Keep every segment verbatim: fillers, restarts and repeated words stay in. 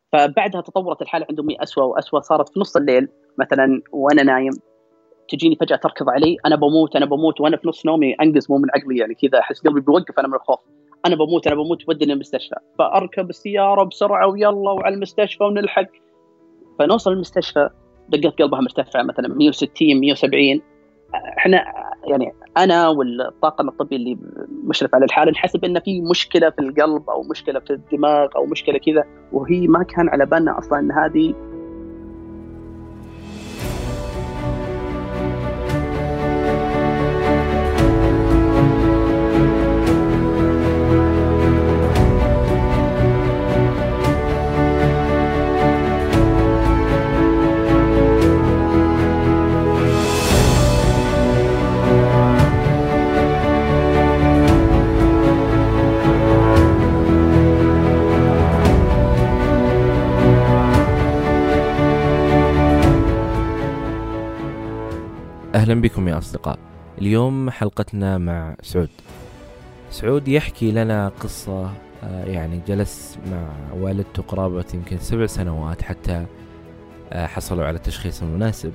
فبعدها تطورت الحالة عندهم أسوأ وأسوأ، صارت في نص الليل مثلا وأنا نايم تجيني فجأة تركض علي، أنا بموت أنا بموت وأنا في نص نومي أنقز مو من عقلي، يعني كذا أحس قلبي بيوقف أنا من الخوف، أنا بموت أنا بموت ودني المستشفى، فأركب السيارة بسرعة ويلا وعلى المستشفى ونلحق. فنوصل المستشفى دقات قلبها مرتفعة مثلا مية وستين مية وسبعين. احنا يعني انا والطاقم الطبي اللي مشرف على الحاله نحسب ان في مشكله في القلب او مشكله في الدماغ او مشكله كذا، وهي ما كان على بالنا اصلا ان هذه. أهلا بكم يا أصدقاء. اليوم حلقتنا مع سعود. سعود يحكي لنا قصة، يعني جلس مع والدته قرابة يمكن سبع سنوات حتى حصلوا على التشخيص المناسب،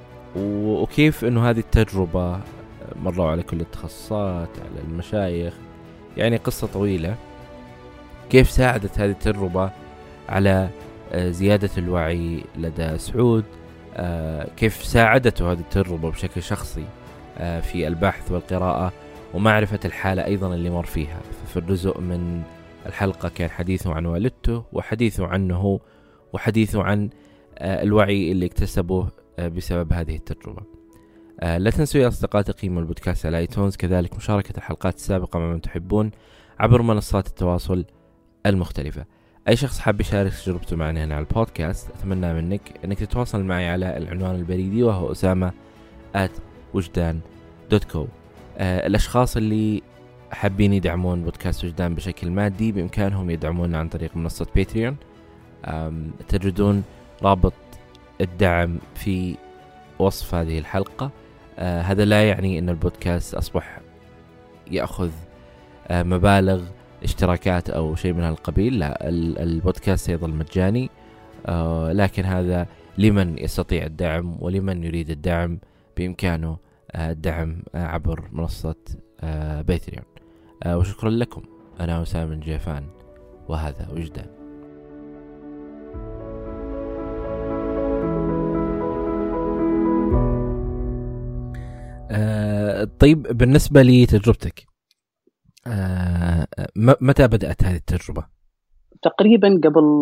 وكيف أنه هذه التجربة مروا على كل التخصصات، على المشايخ، يعني قصة طويلة. كيف ساعدت هذه التجربة على زيادة الوعي لدى سعود، آه كيف ساعدته هذه التجربة بشكل شخصي آه في البحث والقراءة ومعرفة الحالة أيضا اللي مر فيها. في الجزء من الحلقة كان حديثه عن والدته وحديثه عنه وحديثه عن آه الوعي اللي اكتسبه آه بسبب هذه التجربة. آه لا تنسوا يا أصدقاء تقييموا البودكاست على ايتونز، كذلك مشاركة الحلقات السابقة مع من تحبون عبر منصات التواصل المختلفة. أي شخص حاب يشارك تجربته معنا هنا على البودكاست أتمنى منك أنك تتواصل معي على العنوان البريدي وهو أسامة آت وجدان دوت كو. آه الأشخاص اللي حابين يدعمون بودكاست وجدان بشكل مادي بإمكانهم يدعمونا عن طريق منصة باتريون. تجدون رابط الدعم في وصف هذه الحلقة. آه هذا لا يعني أن البودكاست أصبح يأخذ آه مبالغ اشتراكات أو شيء من هالقبيل، لا، البودكاست يظل مجاني، آه لكن هذا لمن يستطيع الدعم، ولمن يريد الدعم بإمكانه آه الدعم آه عبر منصة آه باتريون. آه وشكرا لكم. أنا أسامة جيفان وهذا وجدان. آه طيب، بالنسبة لي تجربتك، آه متى بدأت هذه التجربة؟ تقريبا قبل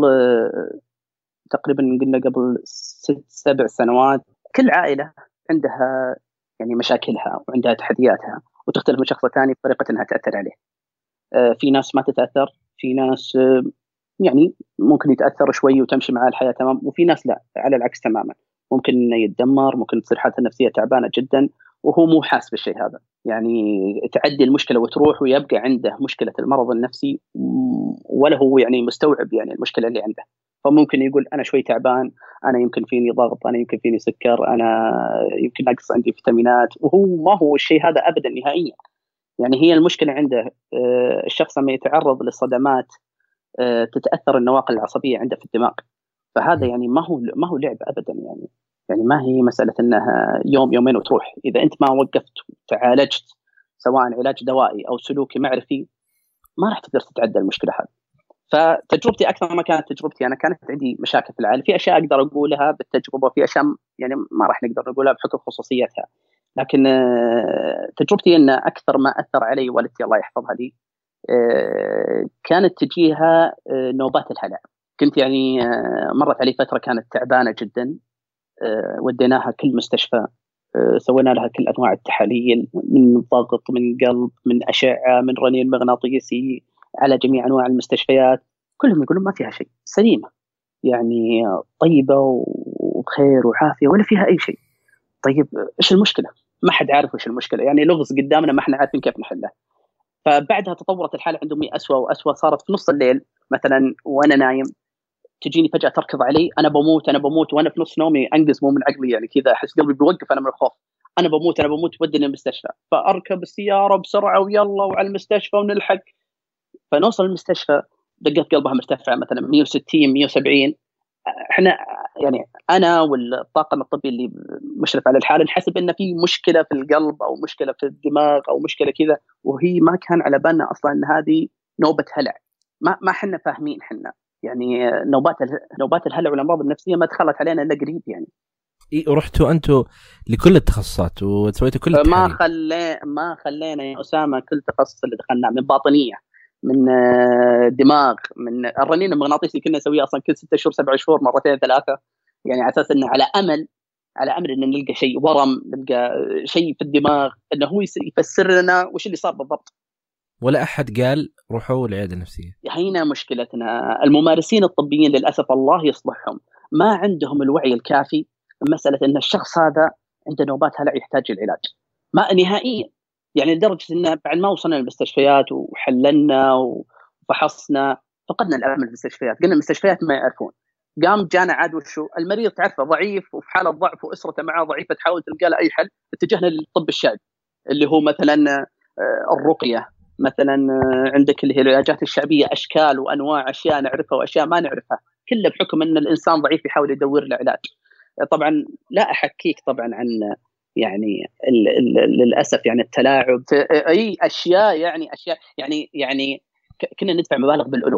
تقريبا قلنا قبل ست سبع سنوات. كل عائلة عندها يعني مشاكلها وعندها تحدياتها، وتختلف من شخص ثاني بطريقة أنها تأثر عليه. في ناس ما تتأثر، في ناس يعني ممكن يتأثر شوي وتمشي معاه الحياة تمام، وفي ناس لا، على العكس تماما، ممكن يتدمر، ممكن تصير حالته النفسية تعبانة جدا وهو مو حاس بالشيء هذا. يعني تعدي المشكلة وتروح ويبقى عنده مشكلة المرض النفسي ولا هو يعني مستوعب يعني المشكلة اللي عنده. فممكن يقول أنا شوي تعبان، أنا يمكن فيني ضغط، أنا يمكن فيني سكر، أنا يمكن نقص عندي فيتامينات، وهو ما هو الشيء هذا أبدا نهائيا. يعني هي المشكلة عنده الشخص لما يتعرض للصدمات تتأثر النواقل العصبية عنده في الدماغ. فهذا يعني ما هو ما هو لعب أبدا. يعني يعني ما هي مسألة أنها يوم يومين وتروح. إذا أنت ما وقفت وتعالجت سواء علاج دوائي أو سلوكي معرفي ما راح تقدر تتعدى المشكلة هذه. فتجربتي أكثر ما كانت تجربتي أنا، كانت عندي مشاكل في العائلة. في أشياء أقدر أقولها بالتجربة، في أشياء يعني ما راح نقدر نقولها بحكم خصوصيتها. لكن تجربتي أن أكثر ما أثر علي والدتي الله يحفظها لي كانت تجيها نوبات الهلع. كنت يعني مرت علي فترة كانت تعبانة جدا، وديناها كل مستشفى، سوينا لها كل أنواع التحاليل، من ضغط، من قلب، من أشعة، من رنين مغناطيسي، على جميع أنواع المستشفيات. كلهم يقولون ما فيها شيء، سليمة يعني طيبة وبخير وعافية ولا فيها أي شيء. طيب إيش المشكلة؟ ما حد عارف إيش المشكلة، يعني لغز قدامنا ما إحنا عارفين كيف نحله. فبعدها تطورت الحالة عندهم أسوأ وأسوأ، صارت في نص الليل مثلا وأنا نايم تجيني فجأة تركض علي، أنا بموت أنا بموت وأنا في نص نومي أنقز مو من عقلي، يعني كذا أحس قلبي بيوقف أنا من الخوف، أنا بموت أنا بموت ودني المستشفى، فأركب السيارة بسرعة ويلا وعلى المستشفى ونلحق. فنوصل المستشفى دقات قلبها مرتفعة مثلا مية وستين مية وسبعين. احنا يعني انا والطاقم الطبي اللي مشرف على الحاله نحسب ان في مشكله في القلب او مشكله في الدماغ او مشكله كذا، وهي ما كان على بالنا اصلا ان هذه نوبه هلع. ما ما احنا فاهمين احنا يعني نوبات نوبات الهلع والامراض النفسيه ما دخلت علينا الا قريب يعني. إيه رحتوا انتم لكل التخصصات وسويتوا كل التحاليل؟ ما خلي ما خلينا يا اسامه كل تخصص اللي دخلناه، من باطنيه، من دماغ، من الرنين المغناطيسي كنا نسويه اصلا كل ستة شهور سبعة شهور مرتين ثلاثه، يعني على اساس انه على امل على امل ان نلقى شيء ورم، نلقى شيء في الدماغ انه هو يفسر لنا وش اللي صار بالضبط. ولا احد قال روحوا العياده النفسيه؟ هنا مشكلتنا، الممارسين الطبيين للاسف الله يصلحهم ما عندهم الوعي الكافي مساله ان الشخص هذا عنده نوبات هلع يحتاج العلاج، ما نهائيا. يعني لدرجه ان بعد ما وصلنا للمستشفيات وحللنا وفحصنا فقدنا الامل في المستشفيات، قلنا المستشفيات ما يعرفون. قام جانا عاد وشو المريض تعرفه ضعيف وفي حاله ضعف واسرته معه ضعيفه، تحاول تلقى له اي حل، اتجهنا للطب الشعبي اللي هو مثلا الرقيه، مثلا عندك اللي هي العلاجات الشعبيه، اشكال وانواع، اشياء نعرفها واشياء ما نعرفها، كله بحكم ان الانسان ضعيف يحاول يدور له علاج. طبعا لا احكيك طبعا عن يعني ال ال للاسف يعني التلاعب في اي اشياء، يعني اشياء يعني يعني كنا ندفع مبالغ بالالوف.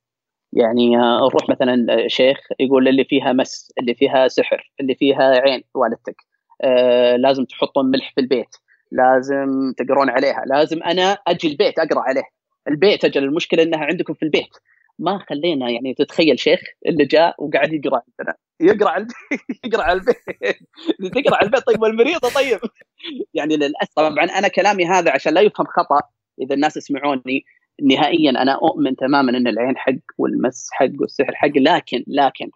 يعني نروح مثلا شيخ يقول اللي فيها مس، اللي فيها سحر، اللي فيها عين والدتك، آه لازم تحطون ملح في البيت، لازم تقرون عليها، لازم انا اجي البيت اقرا عليه. البيت اجل، المشكله انها عندكم في البيت. ما خلينا يعني تتخيل شيخ اللي جاء وقاعد يقرا عندنا، يقرا على البيت يقرا على البيت تقرا على البيت. طيب والمريض طيب يعني للاسف طبعا انا كلامي هذا عشان لا يفهم خطا اذا الناس يسمعوني، نهائيا انا اؤمن تماما ان العين حق والمس حق والسحر حق، لكن لكن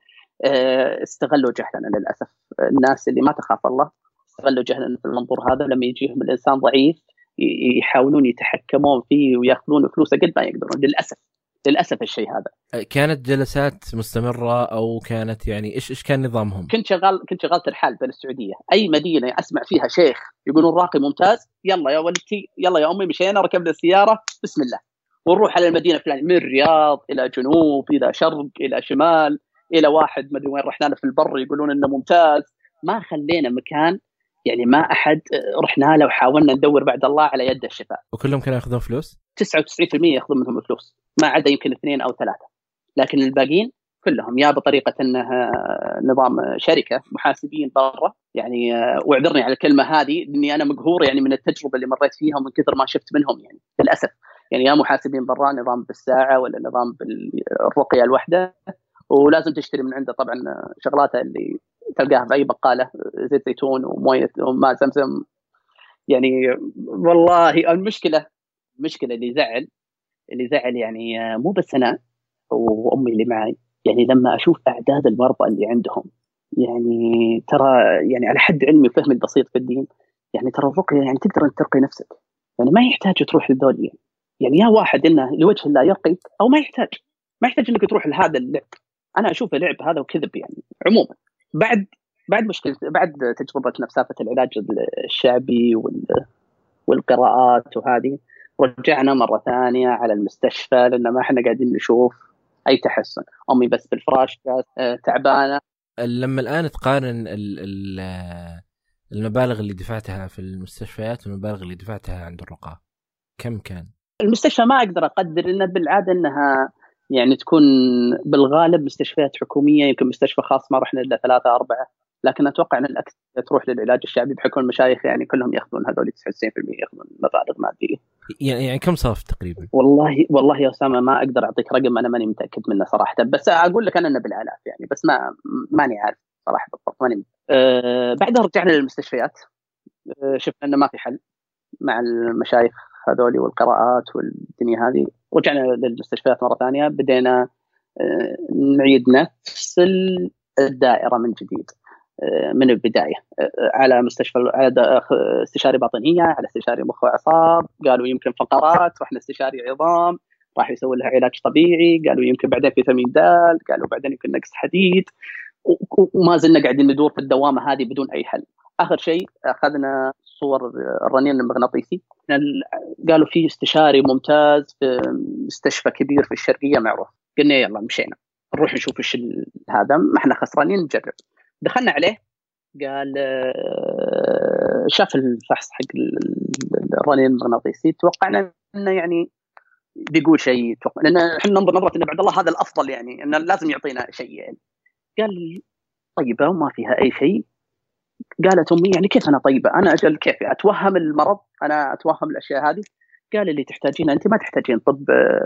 استغلوا جهلنا للاسف. الناس اللي ما تخاف الله استغلوا جهلنا في المنظور هذا، لما يجيهم الانسان ضعيف يحاولون يتحكمون فيه وياخذون فلوسه قد ما يقدرون. للاسف للاسف الشيء هذا. كانت جلسات مستمره او كانت يعني ايش ايش كان نظامهم؟ كنت شغال كنت شغال ترحال بين السعوديه، اي مدينه اسمع فيها شيخ يقولون راقي ممتاز، يلا يا ولدتي يلا يا امي مشينا ركبنا السياره بسم الله ونروح على المدينه الفلانيه، من الرياض الى جنوب الى شرق الى شمال الى واحد ما ادري وين رحنا له في البر يقولون انه ممتاز. ما خلينا مكان يعني ما احد رحنا له وحاولنا ندور بعد الله على يد الشفاء. وكلهم كانوا ياخذون فلوس؟ تسعة وتسعين بالمئة ياخذون منهم فلوس، ما عدا يمكن اثنين او ثلاثه، لكن الباقيين كلهم يا بطريقه انها نظام شركه محاسبين برا يعني. واعذرني على الكلمه هذه لاني انا مقهور يعني من التجربه اللي مريت فيها ومن كثر ما شفت منهم يعني للاسف. يعني يا محاسبين برا نظام بالساعه ولا نظام بالرقيه الواحده، ولازم تشتري من عنده طبعا شغلاته اللي تلقاها في اي بقاله، زيت زيتون ومويه وماء زمزم. يعني والله المشكله المشكله اللي زعل اللي زعل يعني مو بس انا وامي اللي معي، يعني لما اشوف اعداد المرضى اللي عندهم، يعني ترى يعني على حد علمي وفهمي البسيط في الدين، يعني ترى الرقيه يعني تقدر ان ترقي نفسك، يعني ما يحتاج تروح للذول يعني. يعني يا واحد انه لوجه الله يرقيك او ما يحتاج ما يحتاج انك تروح لهذا اللعب. انا اشوفه لعب هذا وكذب يعني. عموما بعد بعد مشكله بعد تجربه نفسافه العلاج الشعبي والقراءات وهذه، رجعنا مره ثانيه على المستشفى لان ما احنا قاعدين نشوف اي تحسن. امي بس بالفراش تعبانه. لما الان تقارن المبالغ اللي دفعتها في المستشفيات والمبالغ اللي دفعتها عند الرقاة كم كان؟ المستشفى ما اقدر اقدر، انه بالعاده انها يعني تكون بالغالب مستشفيات حكوميه، يمكن مستشفى خاص ما رحنا الا ثلاثه اربعه، لكن اتوقع ان الاكثر تروح للعلاج الشعبي بحكم المشايخ يعني كلهم ياخذون هذول تسعة وتسعين بالمئة ياخذون مبالغ ماديه. يعني يعني كم صرف تقريبا؟ والله والله يا اسامه ما اقدر اعطيك رقم انا ماني متاكد منه صراحه، بس اقول لك انا انه بالالاف يعني، بس ما ماني عارف صراحه بالضبط ماني. أه بعدها رجعنا للمستشفيات، أه شفنا انه ما في حل مع المشايخ هذولي والقراءات والدنيا هذه، رجعنا للمستشفيات مره ثانيه، بدينا أه نعيد نفس الدائره من جديد من البدايه، على مستشفى على استشاري باطنيه، على استشاري مخ واعصاب، قالوا يمكن فقرات، رحنا استشاري عظام راح يسوي لها علاج طبيعي، قالوا يمكن بعدين فيتامين د، قالوا بعدين يمكن نقص حديد، وما زلنا قاعدين ندور في الدوامه هذه بدون اي حل. اخر شيء اخذنا صور الرنين المغناطيسي، قالوا في استشاري ممتاز في مستشفى كبير في الشرقيه معروف، قلنا يلا مشينا نروح نشوف ايش هذا، ما احنا خسرانين نجرب. دخلنا عليه قال شاف الفحص حق الرنين المغناطيسي، توقعنا انه يعني بيقول شيء، لان احنا ننظر نظره انه بعد الله هذا الافضل، يعني انه لازم يعطينا شيء يعني. قال طيبه وما فيها اي شيء. قالت امي يعني كيف انا طيبه؟ انا اجل كيف اتوهم المرض؟ انا اتوهم الاشياء هذه؟ قال اللي تحتاجين انت ما تحتاجين طب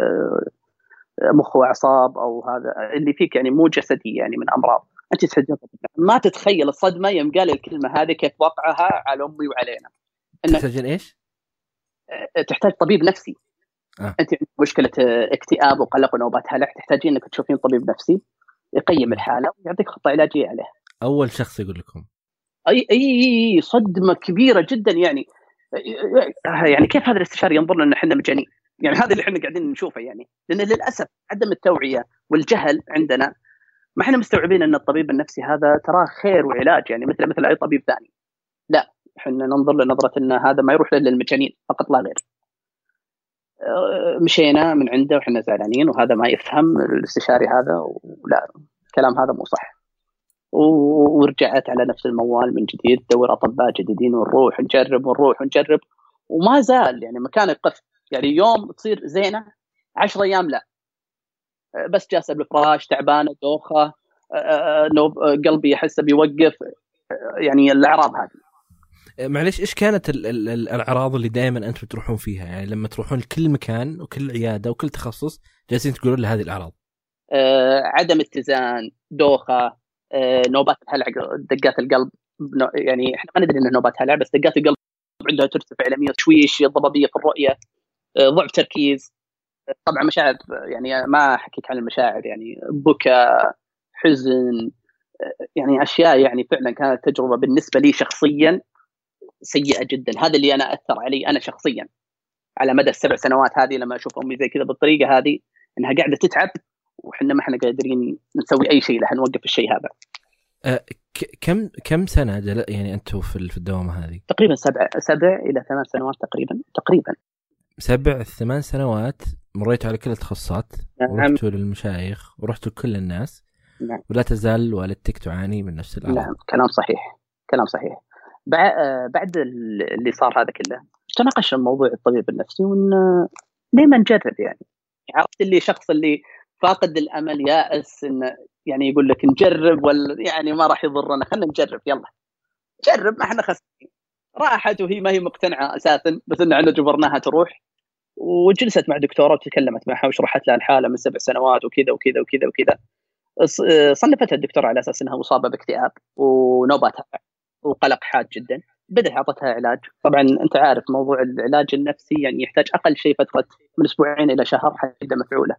مخ واعصاب او هذا اللي فيك يعني مو جسدي يعني من امراض، انت تحتاجين طب. ما تتخيل الصدمه يوم قال الكلمه هذه كيف وقعها على امي وعلينا. تحتاجين ايش؟ تحتاج طبيب نفسي. آه. انت عندك مشكله اكتئاب وقلق ونوبات هلع، تحتاجين انك تشوفين طبيب نفسي يقيم الحاله ويعطيك خطه علاجيه عليها. اول شخص يقول لكم اي اي صدمه كبيره جدا يعني. يعني كيف هذا الاستشاري ينظر لنا احنا مجانين؟ يعني هذا اللي احنا قاعدين نشوفه يعني. لان للاسف عدم التوعيه والجهل عندنا، ما احنا مستوعبين ان الطبيب النفسي هذا تراه خير وعلاج يعني مثل مثل اي طبيب ثاني. لا، احنا ننظر لنظره ان هذا ما يروح للمجانين فقط لا غير. مشينا من عنده وحنا زعلانين، وهذا ما يفهم الاستشاري هذا، ولا الكلام هذا مو صح. ورجعت على نفس الموال من جديد، دور اطباء جديدين ونروح نجرب ونروح ونجرب، وما زال يعني مكان القف. يعني يوم تصير زينه، عشر ايام لا، بس جالسه بالفراش تعبانه دوخه، قلبي يحس بيوقف، يعني الاعراض هذه. معلش ايش كانت ال ال الاعراض اللي دائما انتم تروحون فيها؟ يعني لما تروحون لكل مكان وكل عياده وكل تخصص جالسين تقولون له هذه الاعراض. آه عدم اتزان، دوخه، آه نوبات هلع، دقات القلب. يعني احنا ما ندري انه نوبات هلع، بس دقات القلب عندها ترتفع الى مية، تشويش، ضبابيه في الرؤيه، آه ضعف تركيز. طبعا مشاعر، يعني ما حكيت عن المشاعر، يعني بكاء، حزن، يعني اشياء يعني فعلا كانت تجربه بالنسبه لي شخصيا سيئه جدا. هذا اللي انا اثر علي انا شخصيا على مدى السبع سنوات هذه، لما اشوف امي زي كذا بالطريقه هذه، انها قاعده تتعب وحنا ما احنا قادرين نسوي اي شيء لها نوقف الشيء هذا. أه كم كم سنه جل... يعني انتم في في الدوامه هذه؟ تقريبا سبع سبع الى ثمان سنوات تقريبا تقريبا سبع ثمان سنوات مريتوا على كل التخصصات. نعم. ورحتوا للمشايخ ورحتوا لكل الناس. نعم. ولا تزال والدتك تعاني من نفس الأعراض. نعم، كلام صحيح كلام صحيح. بعد اللي صار هذا كله تناقشنا موضوع الطبيب النفسي، وان ليه ما نجرب يعني. عرفت اللي شخص اللي فاقد الامل يائس، انه يعني يقول لك نجرب ولا يعني ما راح يضرنا، خلينا نجرب، يلا جرب، ما احنا خسرين. راحت وهي ما هي مقتنعه اساسا، بس ان احنا جبرناها تروح، وجلست مع دكتوره وتكلمت معها وشرحت لها الحاله من سبع سنوات وكذا وكذا وكذا وكذا. صنفتها الدكتوره على اساس انها مصابه باكتئاب ونوبات وقلق حاد جدا. بدأت أعطتها علاج. طبعا أنت عارف موضوع العلاج النفسي يعني يحتاج أقل شيء فترة من أسبوعين إلى شهر حتى يبدأ مفعوله.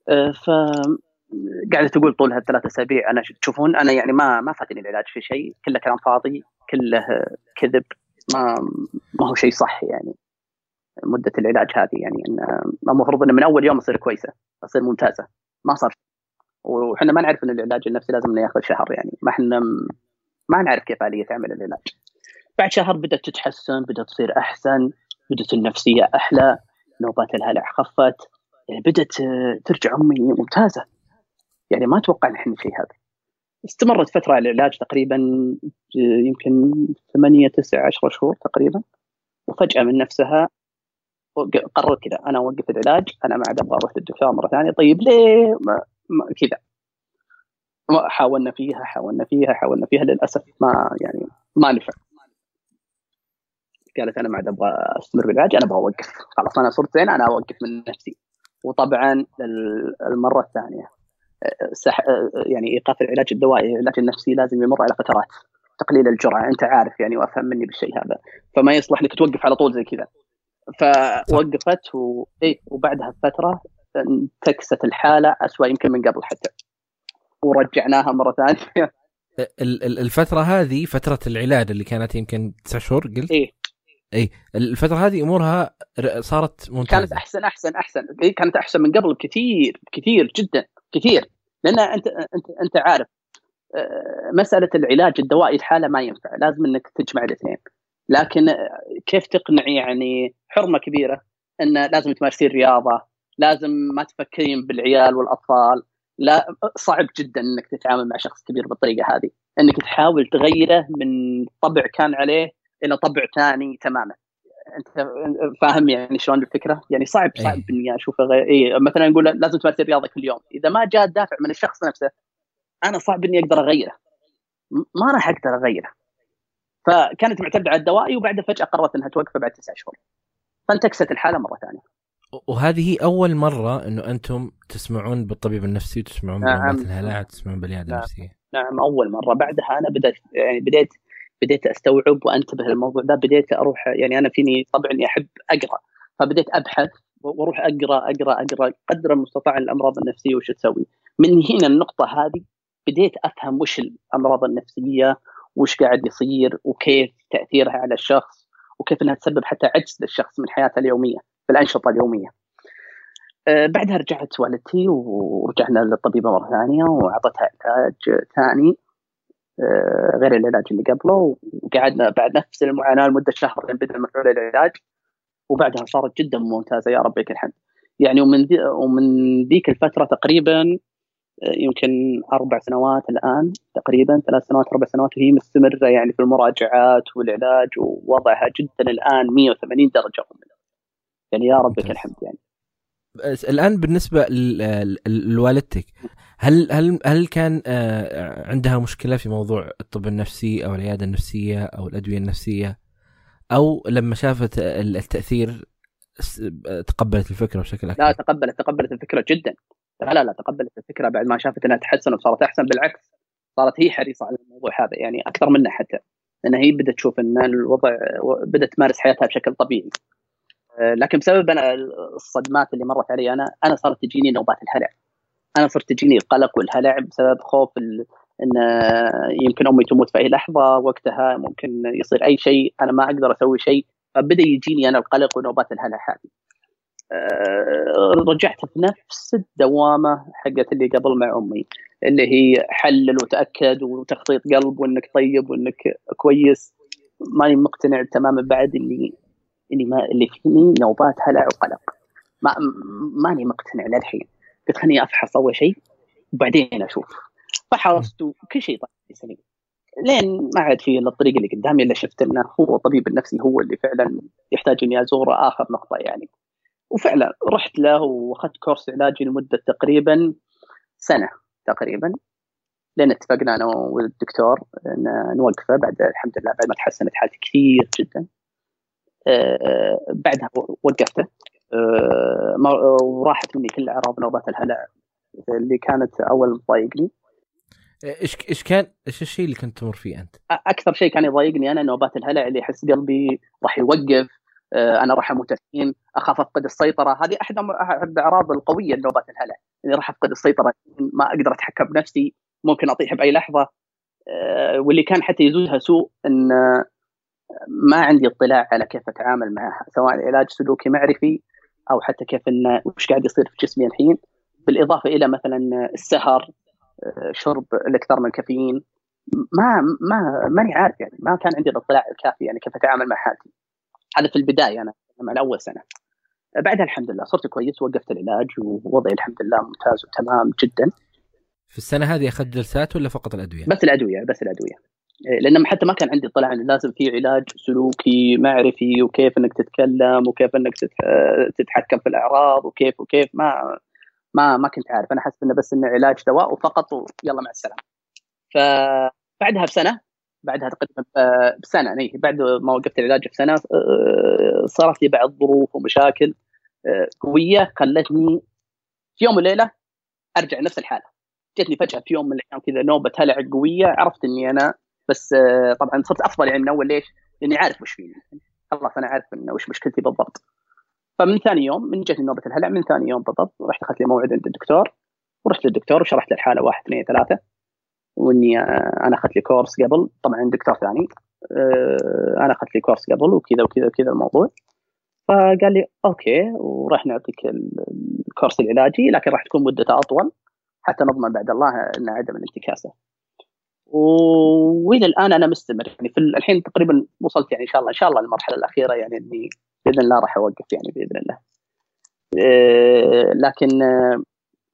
فقاعدة تقول طولها ثلاثة أسابيع أنا تشوفون أنا يعني ما ما فاتني العلاج في شيء، كله كلام فاضي، كله كذب، ما ما هو شيء صح يعني. مدة العلاج هذه يعني إن المفروض إن من أول يوم أصير كويسة، أصير ممتازة، ما صار. وحنا ما نعرف إن العلاج النفسي لازم إنه يأخذ شهر، يعني ما إحنا ما نعرف كيف آلية تعمل العلاج. بعد شهر بدأت تتحسن، بدأت تصير أحسن، بدأت النفسية أحلى، نوبات الهلع خفت، يعني بدأت ترجع أمي ممتازة. يعني ما توقع نحن شيء هذا. استمرت فترة العلاج تقريبا يمكن ثمانية تسعة عشر شهور تقريبا، وفجأة من نفسها قررت كذا أنا أوقف العلاج، أنا ما عاد أبغى أروح للدكتور مرة ثانية. طيب ليه ما ما كذا؟ حاولنا فيها حاولنا فيها حاولنا فيها للأسف ما يعني ما نفع. قالت أنا ما عاد أبغى أستمر بالعلاج، أنا أبغى أوقف، خلاص أنا صرت زين، أنا أوقف من نفسي. وطبعا المرة الثانية سح... يعني إيقاف العلاج الدوائي، العلاج النفسي لازم يمر على فترات تقليل الجرعة، أنت عارف يعني وأفهم مني بالشيء هذا، فما يصلح لك توقف على طول زي كذا. فوقفت و... إيه وبعدها فترة انتكست الحالة أسوأ يمكن من قبل حتى، ورجعناها مرة ثانية. الفترة هذه فترة العلاج اللي كانت يمكن تسع شهور قلت؟ إيه اي الفتره هذه امورها صارت ممتازه، كانت احسن احسن احسن إيه كانت احسن من قبل كثير كثير جدا كثير. لان انت انت انت عارف مساله العلاج الدوائي الحاله ما ينفع، لازم انك تجمع الاثنين. لكن كيف تقنعي يعني حرمه كبيره ان لازم تمارسين رياضه، لازم ما تفكرين بالعيال والاطفال، لا صعب جدا انك تتعامل مع شخص كبير بالطريقه هذه، انك تحاول تغيره من طبع كان عليه الى طبع ثاني تماما. انت فاهم يعني شلون الفكره؟ يعني صعب صعب أيه. اني اشوفه غير إيه مثلا نقول لازم تمارس الرياضه كل يوم، اذا ما جاء الدافع من الشخص نفسه انا صعب اني اقدر اغيره، ما راح اقدر اغيره. فكانت معتمده على الدوائي، وبعدها فجاه قررت انها توقفه بعد تسعة شهور، فانتكست الحاله مره ثانيه. وهذه هي أول مرة أنه أنتم تسمعون بالطبيب النفسي وتسمعون بنوبات نعم الهلع وتسمعون بالعيادة نعم النفسية. نعم اول مره. بعدها انا بدات يعني بديت بديت استوعب وانتبه للموضوع ده، بديت اروح يعني انا فيني طبعا اني احب اقرا، فبديت ابحث واروح اقرا اقرا اقرا قدر المستطاع عن الامراض النفسيه وش تسوي. من هنا النقطه هذه بديت افهم وش الامراض النفسيه، وش قاعد يصير، وكيف تاثيرها على الشخص، وكيف انها تسبب حتى عجز للشخص من حياته اليوميه في الانشطه اليوميه. أه بعدها رجعت والدتي ورجعنا للطبيبه مره ثانيه واعطتها علاج ثاني أه غير العلاج اللي قبله، وقعدنا بعد نفس المعاناه لمده شهر بدأ مفعول العلاج، وبعدها صارت جدا ممتازه يا رب لك الحمد. يعني ومن ذي ومن ذيك الفتره تقريبا يمكن أربع سنوات الآن تقريبا، ثلاث سنوات أربع سنوات، وهي مستمرة يعني في المراجعات والعلاج، ووضعها جدا الآن مية وثمانين درجة يعني يا رب لك الحمد. يعني الآن بالنسبة لوالدتك، هل هل هل كان عندها مشكلة في موضوع الطب النفسي أو العيادة النفسية أو الأدوية النفسية، أو لما شافت التأثير تقبلت الفكرة بشكل أكبر؟ لا تقبلت تقبلت الفكرة جدا. لا لا لا تقبلت الفكرة بعد ما شافت أنها تحسن وصارت أحسن، بالعكس صارت هي حريصة على الموضوع هذا يعني أكثر منا حتى، لأن هي بدأت تشوف أن الوضع بدأت تمارس حياتها بشكل طبيعي. لكن بسبب أنا الصدمات اللي مرت علي أنا أنا صارت تجيني نوبات الهلع، أنا صرت تجيني القلق والهلع بسبب خوف إن يمكن أمي تموت في أي لحظة، وقتها ممكن يصير أي شيء أنا ما أقدر أسوي شيء، فبدأ يجيني أنا القلق ونوبات الهلع هذه. رجعت في نفس الدوامة حقت اللي قبل مع أمي، اللي هي حلل وتأكد وتخطيط قلب وإنك طيب وإنك كويس. ماني مقتنع تماما بعد اللي اللي ما اللي فيني نوبات هلع وقلق، ما ماني مقتنع للحين. قلت خليني أفحص أول شيء وبعدين أشوف. فحرصت وكل شيء طيب سليم، لين ما عاد في إلا الطريق اللي قدامي اللي شفت إنه هو الطبيب النفسي هو اللي فعلا يحتاج إني أزوره آخر نقطة يعني. وفعلا رحت له واخذت كورس علاجي لمده تقريبا سنه تقريبا، لين اتفقنا انا والدكتور ان نوقفه بعد الحمد لله بعد ما تحسنت حالتي كثير جدا. أه بعدها وقفته أه وراحت مني كل اعراض نوبات الهلع اللي كانت اول تضايقني. ايش ايش كان ايش الشيء اللي كنت تمر فيه انت؟ اكثر شيء كان يضايقني انا نوبات الهلع اللي احس قلبي راح يوقف، انا راح اموت الحين، اخاف افقد السيطره. هذه احد احد الاعراض القويه لنوبات الهلع، اني راح افقد السيطره، ما اقدر اتحكم بنفسي، ممكن اطيح باي لحظه. واللي كان حتى يزودها سوء ان ما عندي اطلاع على كيف اتعامل معها، سواء علاج سلوكي معرفي او حتى كيف انه وش قاعد يصير في جسمي الحين، بالاضافه الى مثلا السهر، شرب الاكثر من الكافيين. ما ما ماني عارف يعني، ما كان عندي الاطلاع الكافي يعني كيف اتعامل مع حالتي. هذا في البدايه انا مع اول سنه. بعدها الحمد لله صرت كويس، وقفت العلاج ووضعي الحمد لله ممتاز وتمام جدا. في السنه هذه اخذت جلسات ولا فقط الادويه؟ بس الادويه بس الادويه لان حتى ما كان عندي اطلاع ان لازم في علاج سلوكي معرفي وكيف انك تتكلم وكيف انك تتحكم في الاعراض وكيف وكيف ما ما ما كنت عارف. انا حسب انه بس انه علاج دواء وفقط ويلا مع السلامه. فبعدها بسنه بعدها تقريبا بسنه يعني بعد ما وقفت العلاج بسنه صارت لي بعض ظروف ومشاكل قويه خلتني في يوم وليله ارجع نفس الحاله. جتني فجاه في يوم من الايام كذا نوبه هلع قويه، عرفت اني انا بس طبعا صرت افضل يعني من اول. ليش؟ لاني عارف وش فيني، خلاص انا عارف انه وش مشكلتي بالضبط. فمن ثاني يوم من جتني نوبه الهلع من ثاني يوم بالضبط رحت اخذت لي موعد عند الدكتور، ورحت للدكتور وشرحت له الحاله واحد اثنين ثلاثه، واني انا اخذت لي كورس قبل، طبعا دكتور ثاني انا اخذت لي كورس قبل وكذا وكذا وكذا الموضوع. فقال لي اوكي وراح نعطيك الكورس العلاجي لكن راح تكون مدته اطول حتى نضمن بعد الله ان عدم الانتكاسه. والى الان انا مستمر يعني في الحين تقريبا وصلت يعني ان شاء الله ان شاء الله المرحله الاخيره يعني اني باذن الله راح اوقف يعني باذن الله. لكن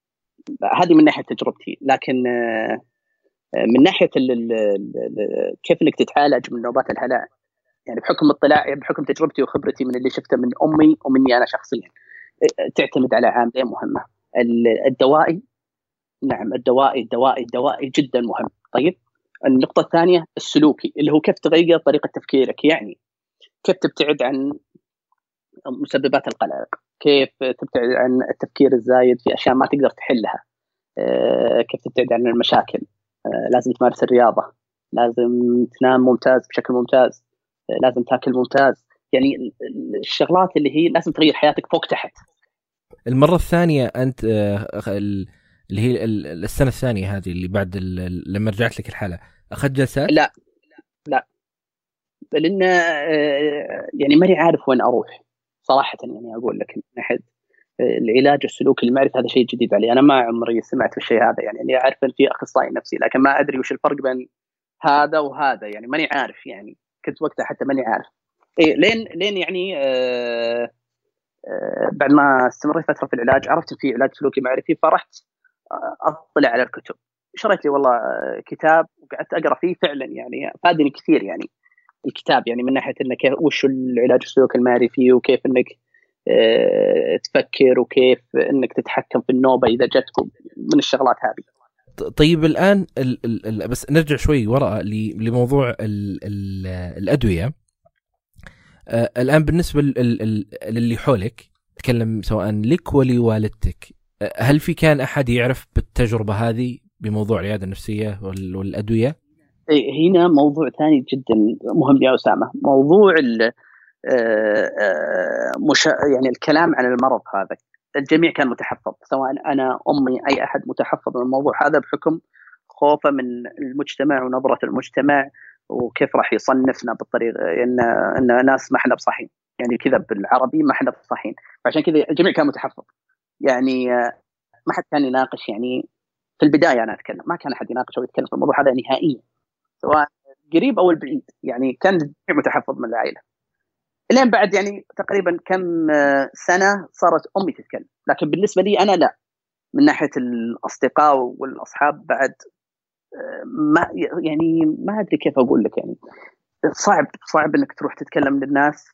هذه من ناحيه تجربتي. لكن من ناحيه ال ال كيف انك تتعالج من نوبات الهلع، يعني بحكم اطلاعي بحكم تجربتي وخبرتي من اللي شفته من امي ومني انا شخصيا، تعتمد على عاملين مهمه. الدوائي، نعم الدوائي الدوائي الدوائي جدا مهم. طيب النقطه الثانيه السلوكي، اللي هو كيف تغير طريقه تفكيرك، يعني كيف تبتعد عن مسببات القلق، كيف تبتعد عن التفكير الزايد في اشياء ما تقدر تحلها، كيف تبتعد عن المشاكل. لازم تمارس الرياضه، لازم تنام ممتاز بشكل ممتاز، لازم تاكل ممتاز. يعني الشغلات اللي هي لازم تغير حياتك فوق تحت. المره الثانيه انت اللي هي السنه الثانيه هذه اللي بعد لما رجعت لك الحاله اخذت جلسات؟ لا لا لان يعني ماني عارف وين اروح صراحه. يعني اقول لك من ناحيه العلاج السلوكي المعرفي هذا شيء جديد علي، انا ما عمري سمعت بالشيء هذا. يعني اللي اعرف ان في اخصائي نفسي، لكن ما ادري وش الفرق بين هذا وهذا. يعني ماني عارف، يعني كنت وقتها حتى ماني عارف إيه لين لين يعني آه آه بعد ما استمريت فتره في العلاج عرفت في علاج سلوكي معرفي، فرحت اطلع على الكتب. شريت لي والله كتاب وقعدت اقرا فيه، فعلا يعني فادني كثير يعني الكتاب، يعني من ناحيه انك وش العلاج السلوكي المعرفي وكيف انك اه تفكر وكيف انك تتحكم في النوبه اذا جتكم، من الشغلات هذه. طيب الان ال ال بس نرجع شوي وراء لموضوع ال ال الادويه. آه الان بالنسبه للي حولك، تكلم سواء لك ولوالدتك، هل في كان أحد يعرف بالتجربة هذه بموضوع العيادة النفسية والأدوية؟ هنا موضوع ثاني جدا مهم يا أسامة، موضوع مش يعني الكلام عن المرض هذا. الجميع كان متحفظ، سواء أنا أمي أي أحد متحفظ من الموضوع هذا بحكم خوفه من المجتمع ونظرة المجتمع وكيف راح يصنفنا بالطريقة إن إن ناس ما احنا بصحين، يعني كذا بالعربي ما احنا بصحين. عشان كذا الجميع كان متحفظ، يعني ما حد كان يناقش. يعني في البداية أنا أتكلم ما كان أحد يناقش أو يتكلم في الموضوع هذا نهائيا، سواء قريب أو البعيد. يعني كان الجميع متحفظ من العائلة. الين بعد يعني تقريبا كم سنة صارت أمي تتكلم، لكن بالنسبة لي أنا لا. من ناحية الأصدقاء والأصحاب بعد ما يعني ما أدري كيف أقول لك. يعني صعب صعب إنك تروح تتكلم للناس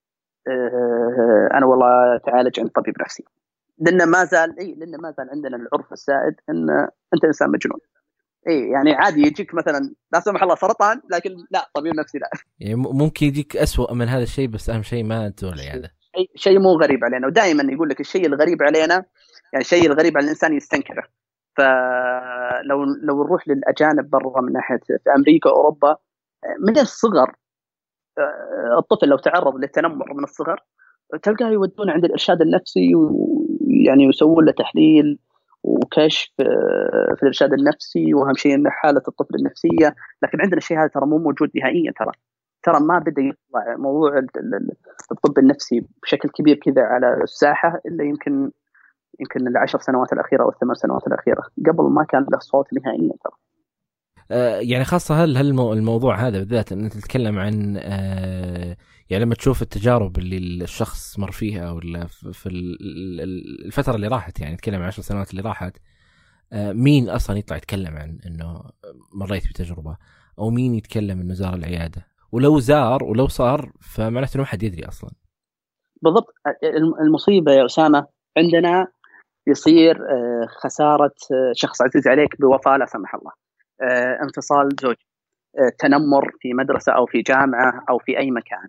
أنا والله تعالج عند طبيب نفسي، لأن ما زال إيه لأن ما زال عندنا العرف السائد إن أنت إنسان مجنون. إيه يعني عادي يجيك مثلا لا سمح الله سرطان، لكن لا طبيب نفسي لا. يعني ممكن يجيك أسوأ من هذا الشيء، بس أهم شيء ما تزول العيادة. شيء شيء مو غريب علينا، ودائما يقول لك الشيء الغريب علينا يعني الشيء الغريب على الإنسان يستنكره. فلو لو نروح للأجانب برا من ناحية في أمريكا أوروبا، من الصغر الطفل لو تعرض للتنمر من الصغر تلقاه يودونه عند الإرشاد النفسي، ويعني يسوون له تحليل وكشف في الإرشاد النفسي، وأهم شيء إن حالة الطفل النفسية. لكن عندنا الشيء هذا ترى مو موجود نهائيا. ترى ترى ما بدأ يطلع موضوع الطب النفسي بشكل كبير كذا على الساحة إلا يمكن يمكن العشر سنوات الأخيرة أو الثمان سنوات الأخيرة. قبل ما كان له صوت نهائيا ترى. آه يعني خاصة هل هل الموضوع هذا بالذات أن أنت تتكلم عن آه يعني لما تشوف التجارب اللي الشخص مر فيها ولا في الفترة اللي راحت، يعني تكلم عن عشر سنوات اللي راحت، آه مين أصلا يطلع يتكلم عن أنه مريت بتجربة، أو مين يتكلم أنه زار العيادة؟ ولو زار ولو صار فمعناته أنه حد يدري أصلا. بالضبط. المصيبة يا أسامة عندنا يصير خسارة شخص عزيز عليك بوفاة لا سمح الله، انفصال زوج، تنمر في مدرسة أو في جامعة أو في أي مكان،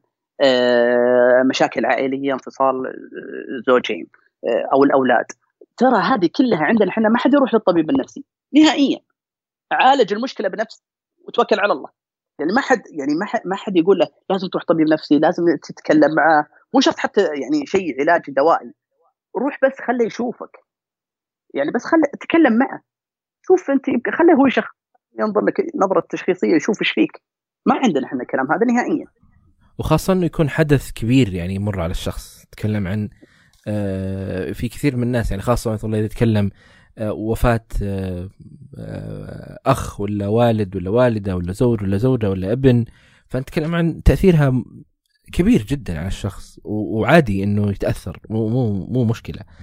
مشاكل عائلية، انفصال زوجين أو الأولاد. ترى هذه كلها عندنا احنا ما حد يروح للطبيب النفسي نهائيا. عالج المشكلة بنفسك وتوكل على الله. يعني ما حد يعني ما حد ما حد يقول له لازم تروح طبيب نفسي، لازم تتكلم معه، مو شرط حتى يعني شيء علاج دوائي. روح بس خليه يشوفك، يعني بس خليه تتكلم معه، شوف انت خليه هو شخص ينظر لك نظرة تشخيصية يشوف ايش فيك. ما عندنا احنا الكلام هذا نهائيا. وخاصة انه يكون حدث كبير يعني يمر على الشخص. تكلم عن آه في كثير من الناس، يعني خاصة مثلا إذا تكلم آه وفاة آه آه أخ ولا والد ولا والدة ولا زوج ولا زوجة ولا ابن، فنتكلم عن تأثيرها كبير جدا على الشخص، وعادي انه يتأثر، مو مو مو مشكلة.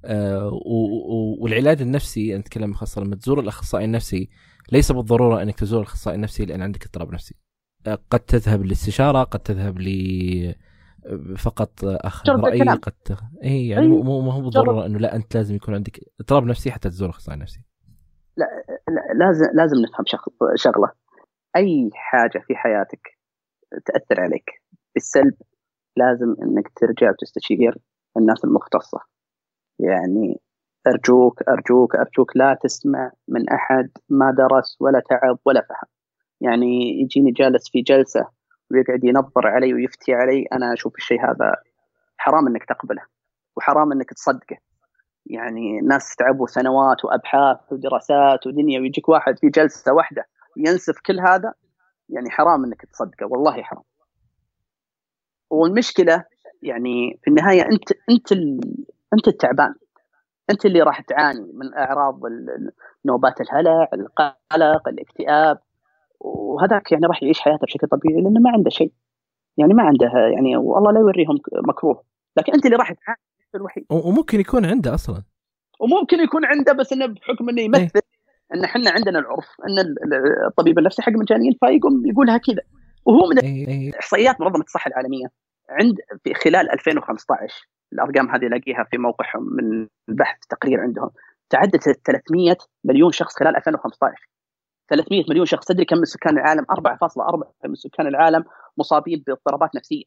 آه والعلاج النفسي نتكلم خاصة لما تزور الأخصائي النفسي ليس بالضرورة أنك تزور الأخصائي النفسي لأن عندك اضطراب نفسي. آه قد تذهب للاستشارة، قد تذهب ل فقط أخذ رأي، قد تخ... إيه يعني مو مو هو بالضرورة إنه لا أنت لازم يكون عندك اضطراب نفسي حتى تزور أخصائي نفسي. لا, لا لازم لازم نفهم شغلة، أي حاجة في حياتك تأثر عليك بالسلب لازم إنك ترجع وتستشير الناس المختصة. يعني أرجوك أرجوك أرجوك لا تسمع من أحد ما درس ولا تعب ولا فهم. يعني يجيني جالس في جلسة ويقعد ينظر علي ويفتي علي، أنا أشوف الشيء هذا حرام إنك تقبله وحرام إنك تصدقه. يعني ناس تعبوا سنوات وأبحاث ودراسات ودنيا، ويجيك واحد في جلسة واحدة ينسف كل هذا، يعني حرام إنك تصدقه، والله حرام. والمشكلة يعني في النهاية أنت أنت أنت التعبان، أنت اللي راح تعاني من أعراض نوبات الهلع، القلق، الاكتئاب، وهذاك يعني راح يعيش حياته بشكل طبيعي لأنه ما عنده شيء، يعني ما عنده يعني، والله لا يوريهم مكروه، لكن أنت اللي راح تعاني الوحيد. وممكن يكون عنده أصلا، وممكن يكون عنده، بس إنه بحكم إنه يمثل إيه؟ إن إحنا عندنا العرف إن الطبيب النفسي حق مجانين، فيقوم يقولها كذا. وهو من إيه؟ إحصائيات منظمة الصحة العالمية عند في خلال ألفين وخمسة عشر، الأرقام هذه لاقيها في موقعهم من البحث تقرير عندهم، تعدت ثلاثمية مليون شخص خلال ألفين وخمسة عشر. ثلاثمية مليون شخص، تدري كم من سكان العالم؟ أربعة فاصلة أربعة من سكان العالم مصابين باضطرابات نفسية.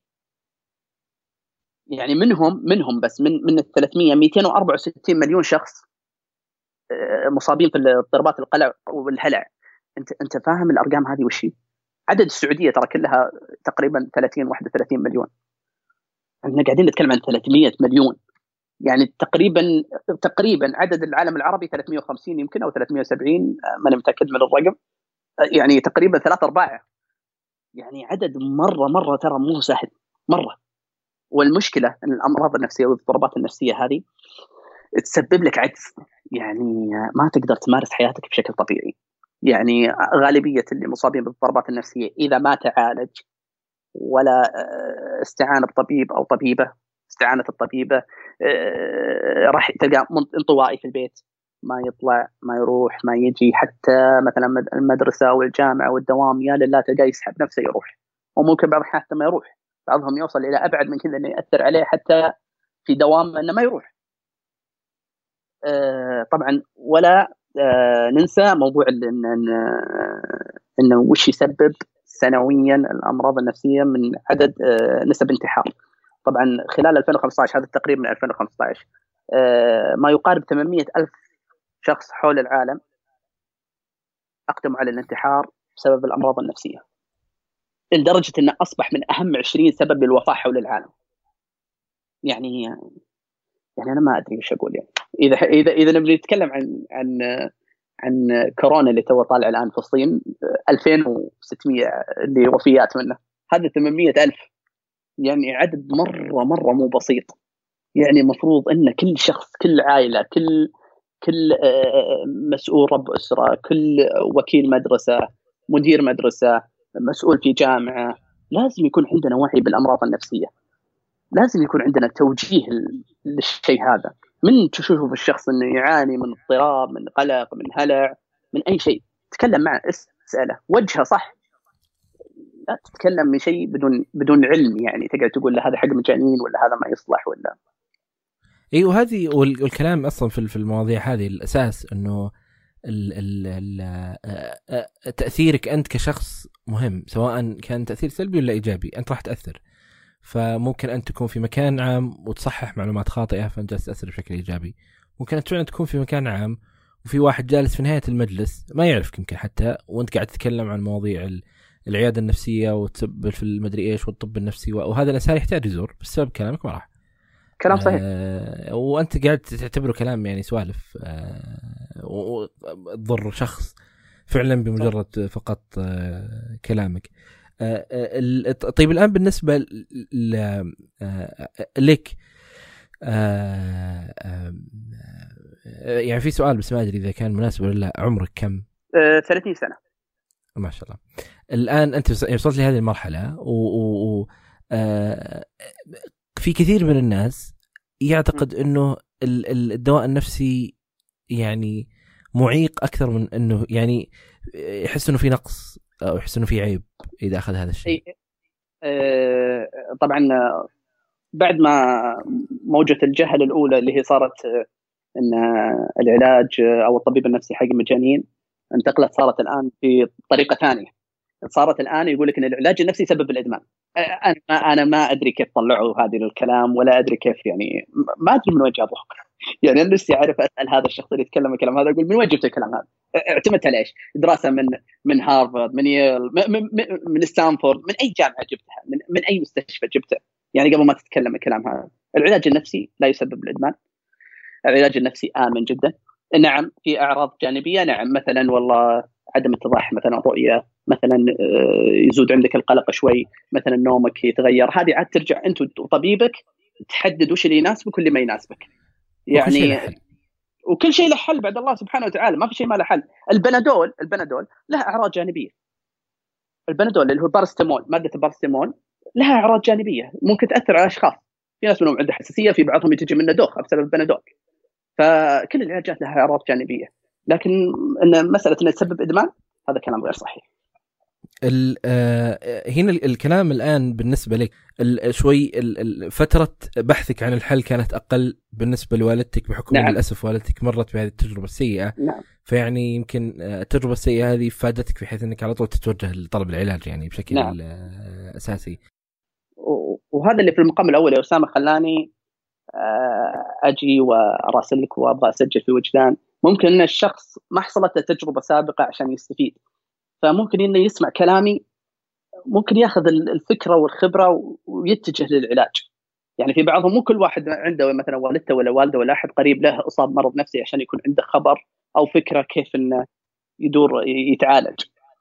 يعني منهم منهم بس من من ال ثلاثمية مئتين وأربعة وستين مليون شخص مصابين في اضطرابات القلق والهلع. انت انت فاهم الارقام هذه وش هي؟ عدد السعوديه ترى كلها تقريبا ثلاثين واحد وثلاثين مليون، احنا قاعدين نتكلم عن ثلاثمية مليون. يعني تقريبا تقريبا عدد العالم العربي ثلاثمية وخمسين يمكن او ثلاثمية وسبعين، ما انا متاكد من الرقم، يعني تقريبا ثلاثة أرباع. يعني عدد مره مره ترى مو سهل مره. والمشكله ان الامراض النفسيه والاضطرابات النفسيه هذه تسبب لك عجز، يعني ما تقدر تمارس حياتك بشكل طبيعي. يعني غالبيه اللي مصابين بالاضطرابات النفسيه اذا ما تعالج ولا استعان بطبيب او طبيبه، استعانت الطبيبه راح تلقى انطوائي في البيت، ما يطلع ما يروح ما يجي، حتى مثلا المدرسه والجامعه والدوام يا لله تلقى يسحب نفسه يروح، وممكن بعض حتى ما يروح، بعضهم يوصل الى ابعد من كذا انه ياثر عليه حتى في دوام انه ما يروح. آه طبعا ولا آه ننسى موضوع ان انه وش يسبب سنويا الامراض النفسيه من عدد آه نسب انتحار. طبعا خلال ألفين وخمسة عشر، هذا التقرير من ألفين وخمسة عشر، آه ما يقارب ثمانمية ألف شخص حول العالم اقدموا على الانتحار بسبب الامراض النفسيه، لدرجه انه اصبح من اهم عشرين سبب للوفاه حول العالم. يعني يعني انا ما ادري ايش اقول. يعني اذا اذا اذا نبي نتكلم عن عن عن كورونا اللي تو طالع الان في الصين ألفين وستمية اللي وفيات منه، هذا ثمانمية ألف، يعني عدد مره مره مو بسيط. يعني المفروض ان كل شخص، كل عائله، كل كل مسؤول رب اسره، كل وكيل مدرسه، مدير مدرسه، مسؤول في جامعه، لازم يكون عندنا وعي بالامراض النفسيه، لازم يكون عندنا توجيه للشيء هذا. من تشوفه في الشخص انه يعاني من اضطراب، من قلق، من هلع، من اي شيء، تكلم معه، اساله، وجهه صح، لا تتكلم من شيء بدون بدون علم، يعني تقعد تقول له هذا حق مجانين ولا هذا ما يصلح ولا. ايوه، هذه والكلام اصلا في في المواضيع هذه الاساس انه ال ال تاثيرك انت كشخص مهم، سواء كان تاثير سلبي ولا ايجابي، انت راح تاثر. فممكن أن تكون في مكان عام وتصحح معلومات خاطئة فأنت تأثر بشكل إيجابي. ممكن أن تكون في مكان عام وفي واحد جالس في نهاية المجلس ما يعرفك يمكن حتى، وأنت قاعد تتكلم عن مواضيع العيادة النفسية وتسبب في المدري إيش والطب النفسي، وهذا الإنسان يحتاج يزور بسبب كلامك ما راح. كلام صحيح. آه وأنت قاعد تعتبره كلام يعني سوالف، آه وتضر شخص فعلا بمجرد فقط آه كلامك. آه طيب الآن بالنسبة لك، آه آه يعني في سؤال بس ما أدري إذا كان مناسب ولا لا، عمرك كم؟ آه ثلاثين سنة. ما شاء الله. الآن أنت وصلت لهذه المرحلة و, و... آه في كثير من الناس يعتقد أنه الدواء النفسي يعني معيق أكثر من أنه يعني يحس أنه في نقص أو يحس أنه في عيب إذا أخذ هذا الشيء. طبعا بعد ما موجة الجهل الأولى اللي هي صارت أن العلاج أو الطبيب النفسي حق مجانين، انتقلت صارت الآن في طريقة ثانية. صارت الآن يقول لك أن العلاج النفسي سبب الإدمان. أنا ما أنا ما أدري كيف طلعوا هذه الكلام، ولا أدري كيف يعني ما أدري من وين جابوه. يعني أنا نفسي أعرف أسأل هذا الشخص اللي يتكلم الكلام هذا، أقول من وين جبت الكلام هذا؟ اعتمدت على إيش؟ دراسة من من هارفارد، من ييل، من, من, من ستانفورد، من أي جامعة جبتها؟ من, من أي مستشفى جبتها؟ يعني قبل ما تتكلم الكلام هذا. العلاج النفسي لا يسبب الإدمان. العلاج النفسي آمن جدا. نعم في أعراض جانبية، نعم مثلا والله عدم اتضاح مثلا رؤية، مثلا يزود عندك القلق شوي، مثلا نومك يتغير، هذه عاد ترجع أنت وطبيبك تحدد وش اللي يناسبك واللي ما يناسبك. يعني وكل شيء له حل بعد الله سبحانه وتعالى، ما في شيء ما له حل. البنادول البنادول له أعراض جانبية. البنادول اللي هو بارستامول، مادة البارستامول لها أعراض جانبية ممكن تأثر على أشخاص. في ناس منهم عنده حساسية، في بعضهم يتجي منه دوخة بسبب البنادول. فكل العلاجات لها أعراض جانبية، لكن إن مسألة إنها تسبب إدمان هذا كلام غير صحيح. هنا الكلام الآن بالنسبة لك شوي فترة بحثك عن الحل كانت أقل بالنسبة لوالدتك بحكم نعم. للأسف والدتك مرت بهذه التجربة السيئة. نعم. فيعني يمكن التجربة السيئة هذه فادتك في حيث أنك على طول تتوجه لطلب العلاج يعني بشكل نعم. أساسي. وهذا اللي في المقام الأول يا أسامة خلاني أجي وأراسلك وأبغى أسجل في وجدان. ممكن أن الشخص ما حصلت تجربة سابقة عشان يستفيد، فممكن إنه يسمع كلامي ممكن ياخذ الفكرة والخبرة ويتجه للعلاج. يعني في بعضهم مو كل واحد عنده مثلا والدته ولا والده ولا أحد قريب له أصاب مرض نفسي عشان يكون عنده خبر أو فكرة كيف إنه يدور يتعالج.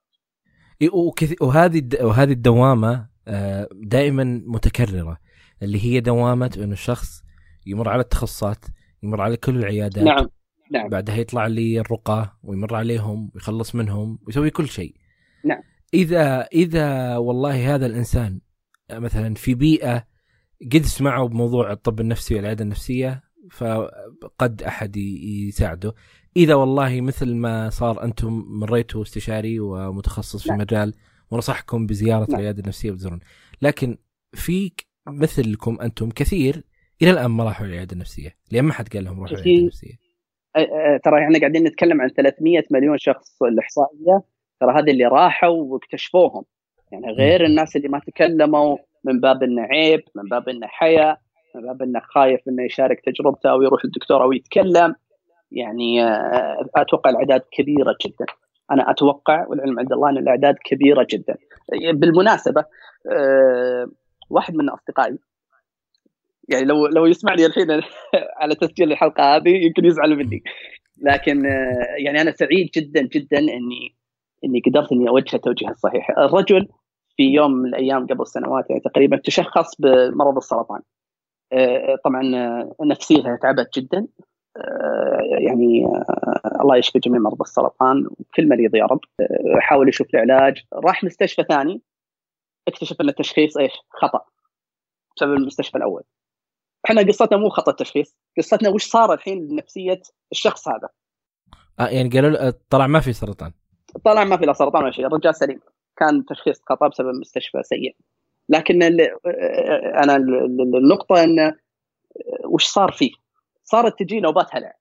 وهذه وهذه الدوامة دائما متكررة، اللي هي دوامة إنه الشخص يمر على التخصصات، يمر على كل العيادات. نعم. نعم. بعدها يطلع لي الرقى ويمر عليهم ويخلص منهم ويسوي كل شيء. نعم. إذا إذا والله هذا الإنسان مثلا في بيئة قد سمعوا بموضوع الطب النفسي والعيادة النفسية فقد أحد يساعده. إذا والله مثل ما صار أنتم مريتوا استشاري ومتخصص في نعم. مجال ونصحكم بزيارة نعم. العيادة النفسية بتزورون، لكن في مثلكم أنتم كثير إلى الآن ما راحوا العيادة النفسية لأن ما حد قال لهم روحوا العيادة النفسية. ترى احنا قاعدين نتكلم عن ثلاثمية مليون شخص الإحصائية، ترى هذه اللي راحوا واكتشفوهم، يعني غير الناس اللي ما تكلموا من باب انه عيب، من باب انه حياء، من باب انه خايف انه يشارك تجربته او يروح الدكتور او يتكلم. يعني اتوقع الاعداد كبيره جدا. انا اتوقع والعلم عند الله ان الاعداد كبيره جدا. بالمناسبه واحد من اصدقائي يعني لو لو يسمعني الحين على تسجيل الحلقه هذه يمكن يزعل مني، لكن يعني انا سعيد جدا جدا اني اني قدرت اني اوجه التوجيه الصحيح. الرجل في يوم من الايام قبل سنوات يعني تقريبا تشخص بمرض السرطان. طبعا نفسيته تعبت جدا، يعني الله يشفي جميع مرضى السرطان وكل مريض يا رب. حاول يشوف له علاج، راح مستشفى ثاني اكتشف ان التشخيص ايش خطا بسبب المستشفى الاول. احنا قصتنا مو خطا تشخيص، قصتنا وش صار الحين بنفسيه الشخص هذا. اه يعني قالوا طلع ما في سرطان، طلع ما في لا سرطان ولا شيء، الرجال سليم، كان تشخيص خطا بسبب مستشفى سيء. لكن انا النقطه ان وش صار فيه، صارت تجي نوبات هلع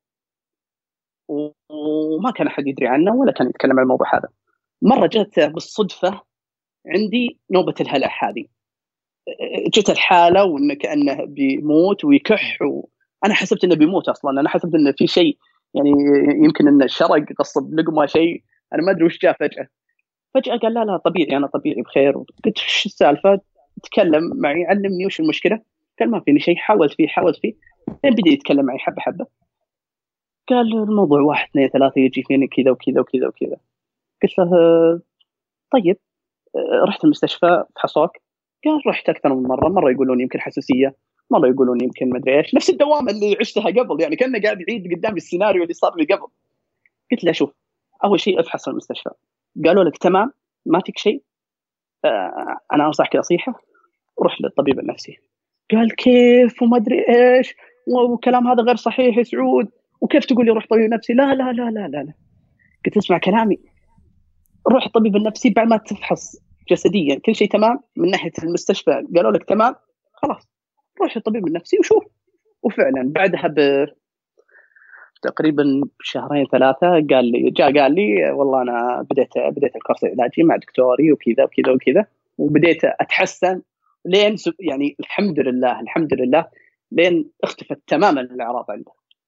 وما كان احد يدري عنه ولا كان يتكلم عن الموضوع هذا. مره جت بالصدفه عندي نوبه الهلع هذه، جت الحاله وانه كانه بيموت ويكح، وانا حسبت انه بيموت اصلا. انا حسبت انه في شيء يعني يمكن انه شرق قصب لقمه شيء، انا ما ادري وش جاء فجاه. فجاه قال لا لا طبيعي انا طبيعي بخير. قلت ايش السالفه؟ تكلم معي علمني وش المشكله. قال ما فيني شيء، حاولت فيه حاولت فيه لين بدا يتكلم معي حبه حبه. قال الموضوع واحد اثنين ثلاثه يجي فيني كذا وكذا وكذا وكذا. قلت له طيب رحت المستشفى فحصوك؟ قال رحت اكثر من مره، مره يقولون يمكن حساسيه، مره يقولون يمكن ما ادري ايش، نفس الدوامه اللي عشتها قبل، يعني كانه قاعد يعيد قدامي السيناريو اللي صار لي قبل. قلت له شوف اول شيء افحص المستشفى، قالوا لك تمام ما فيك شيء، آه انا انصحك نصيحه روح للطبيب النفسي. قال كيف وما ادري ايش وكلام هذا غير صحيح يا سعود، وكيف تقول لي روح طبيب نفسي؟ لا لا لا لا لا, لا. قلت اسمع كلامي، روح الطبيب النفسي بعد ما تفحص جسديا كل شيء تمام من ناحية المستشفى، قالوا لك تمام خلاص روح الطبيب النفسي وشوف. وفعلا بعدها ب تقريبا شهرين ثلاثة قال لي جاء قال لي والله أنا بديت بديت الكورس العلاجي مع دكتوري وكذا وكذا وكذا، وبديت أتحسن لين يعني الحمد لله الحمد لله لين اختفت تماما الأعراض عنده.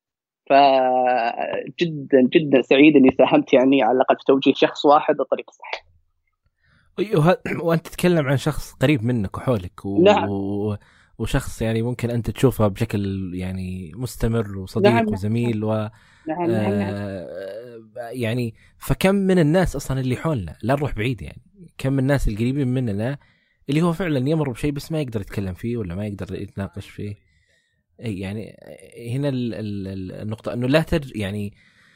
فجدا جدا سعيد إني ساهمت يعني على الأقل في توجيه شخص واحد الطريق الصح. وأنت تتكلم عن شخص قريب منك وحولك و... نعم. وشخص يعني ممكن أنت تشوفه بشكل يعني مستمر وصديق نعم. وزميل و نعم. آه يعني فكم من الناس أصلا اللي حولنا، لا نروح بعيد يعني كم من الناس القريبين مننا اللي هو فعلا يمر بشيء بس ما يقدر يتكلم فيه ولا ما يقدر يتناقش فيه. أي يعني هنا النقطة أنه لا تر يعني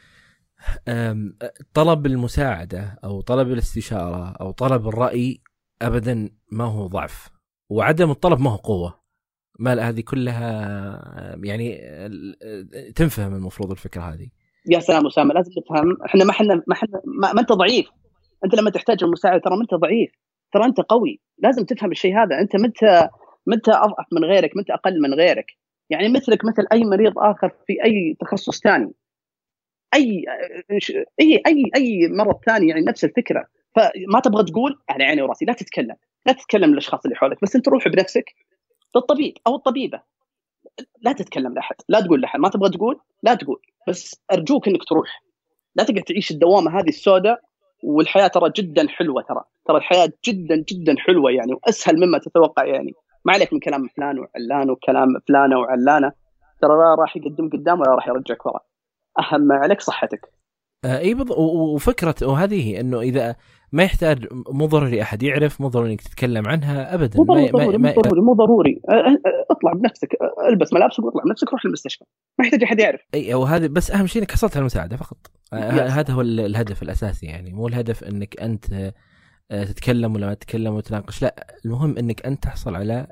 طلب المساعدة أو طلب الاستشارة أو طلب الرأي أبدا ما هو ضعف، وعدم الطلب ما هو قوة. ما هذه كلها يعني تنفهم المفروض الفكرة هذه. يا سلام أسامة، لازم تفهم احنا ما احنا ما احنا ما, ما انت ضعيف. انت لما تحتاج المساعدة ترى ما انت ضعيف، ترى انت قوي. لازم تفهم الشيء هذا. انت متى متى اضعف من غيرك، متى اقل من غيرك. يعني مثلك مثل اي مريض اخر في اي تخصص ثاني، اي اي اي اي مرض ثاني يعني نفس الفكرة. فما تبغى تقول على عيني وراسي، لا تتكلم لا تتكلم للاشخاص اللي حولك، بس انت روح بنفسك للطبيب او الطبيبة. لا تتكلم لأحد، لا تقول لأحد، ما تبغى تقول لا تقول، بس أرجوك إنك تروح. لا تقعد تعيش الدوامة هذه السوداء. والحياة ترى جدا حلوة، ترى ترى الحياة جدا جدا حلوة يعني، وأسهل مما تتوقع يعني. ما عليك من كلام فلان وعلان وكلام فلانة وعلانة، ترى لا راح يقدم قدام ولا راح يرجعك ورا. أهم ما عليك صحتك. آه اي بض... وفكرة وهذه انه اذا ما يحتاج مو ضروري احد يعرف، مو ضروري انك تتكلم عنها ابدا. مو ضروري ما... مو ضروري مو ضروري اطلع بنفسك، البس ملابسك واطلع بنفسك، روح للمستشفى، ما يحتاج احد يعرف. اي وهذا بس اهم شيء انك حصلت على المساعدة فقط. هذا هو الهدف الاساسي يعني، مو الهدف انك انت تتكلم ولا ما تتكلم وتناقش، لا المهم انك انت تحصل على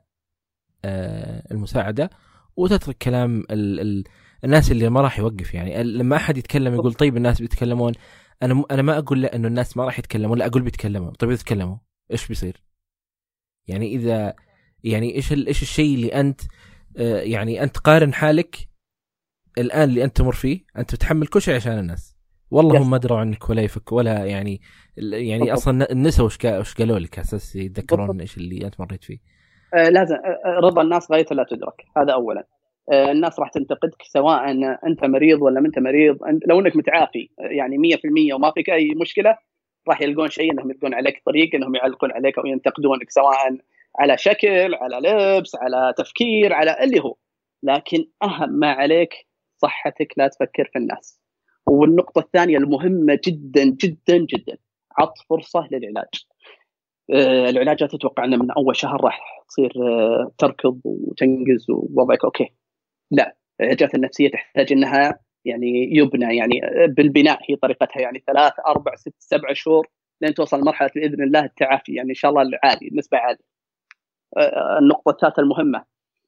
المساعدة وتترك كلام ال... ال... الناس اللي ما راح يوقف. يعني لما أحد يتكلم يقول طيب الناس بيتكلمون، أنا أنا ما أقول لا إنه الناس ما راح يتكلمون، لا أقول بيتكلمون. طيب يتكلموا إيش بيصير؟ يعني إذا يعني إيش ال... إيش الشيء اللي أنت آه يعني أنت قارن حالك الآن اللي أنت تمر فيه، أنت بتحمل كل شيء عشان الناس، والله هم ما دروا عنك ولا يفك ولا يعني يعني أصلا النساء وش وش قالوا لك أساس يتذكرون إيش اللي أنت مريت فيه. آه لازم آه رضا الناس غاية لا تدرك، هذا أولا. الناس راح تنتقدك سواء أنت مريض ولا ما أنت مريض. لو أنك متعافي يعني مية في المية وما فيك أي مشكلة، راح يلقون شيء أنهم يلقون عليك طريق أنهم يعلقون عليك أو ينتقدونك، سواء على شكل، على لبس، على تفكير، على اللي هو. لكن أهم ما عليك صحتك، لا تفكر في الناس. والنقطة الثانية المهمة جدا جدا جدا، عط فرصة للعلاج. العلاج تتوقع أنه من أول شهر راح تصير تركض وتنجز ووضعك أوكي. لا، العلاجات النفسية تحتاج أنها يعني يبنى يعني بالبناء، هي طريقتها يعني ثلاث أربع ست سبع شهور لين توصل مرحلة بإذن الله التعافي يعني إن شاء الله العالي، النسبة عالية. النقطة الثالثة المهمة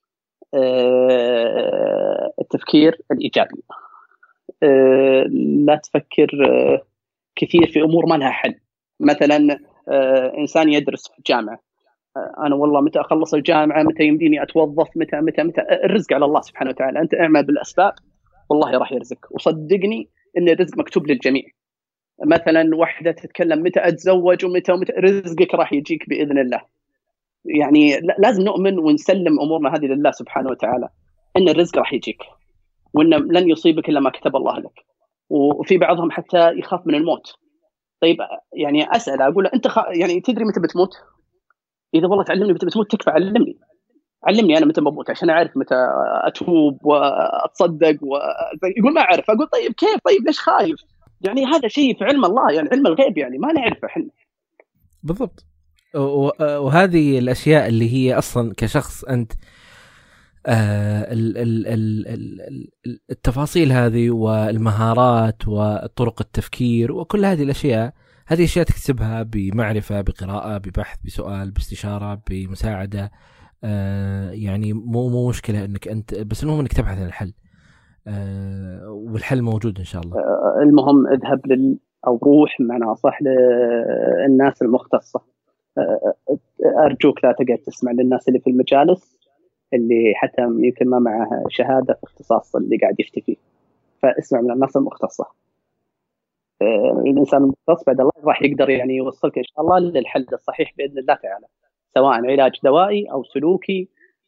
التفكير الإيجابي. لا تفكر كثير في أمور ما لها حل. مثلا إنسان يدرس في الجامعة، أنا والله متى أخلص الجامعة، متى يمديني أتوظف، متى متى متى الرزق على الله سبحانه وتعالى. أنت اعمل بالأسباب والله راح يرزقك، وصدقني إن الرزق مكتوب للجميع. مثلا واحدة تتكلم متى أتزوج ومتى ومتى، رزقك راح يجيك بإذن الله. يعني لازم نؤمن ونسلم أمورنا هذه لله سبحانه وتعالى، إن الرزق راح يجيك وإن لن يصيبك إلا ما كتب الله لك. وفي بعضهم حتى يخاف من الموت. طيب يعني أسأل أقول أنت خ... يعني تدري متى بتموت؟ إذا والله تعلمني متى بتموت تكفى، علمني علمني أنا متى بموت عشان أعرف متى أتوب وأتصدق و... يقول ما أعرف. أقول طيب كيف؟ طيب ليش خايف؟ يعني هذا شيء في علم الله، يعني علم الغيب يعني ما نعرفه إحنا. بالضبط. وهذه الأشياء اللي هي أصلا كشخص أنت آه ال ال ال التفاصيل هذه والمهارات وطرق التفكير وكل هذه الأشياء، هذه أشياء تكتسبها بمعرفة، بقراءة، ببحث، بسؤال، باستشارة، بمساعدة. آه يعني مو مو مشكله انك انت، بس المهم انك تبحث عن الحل، آه والحل موجود ان شاء الله. المهم اذهب لل او روح معناها صح للناس المختصه. ارجوك لا تقعد تسمع للناس اللي في المجالس اللي حتى يمكن ما معها شهاده في اختصاص اللي قاعد يفتي فيه، فاسمع من الناس المختصه. الانسان المختص بعد الله راح يقدر يعني يوصلك ان شاء الله للحل الصحيح باذن الله تعالى، سواء علاج دوائي او سلوكي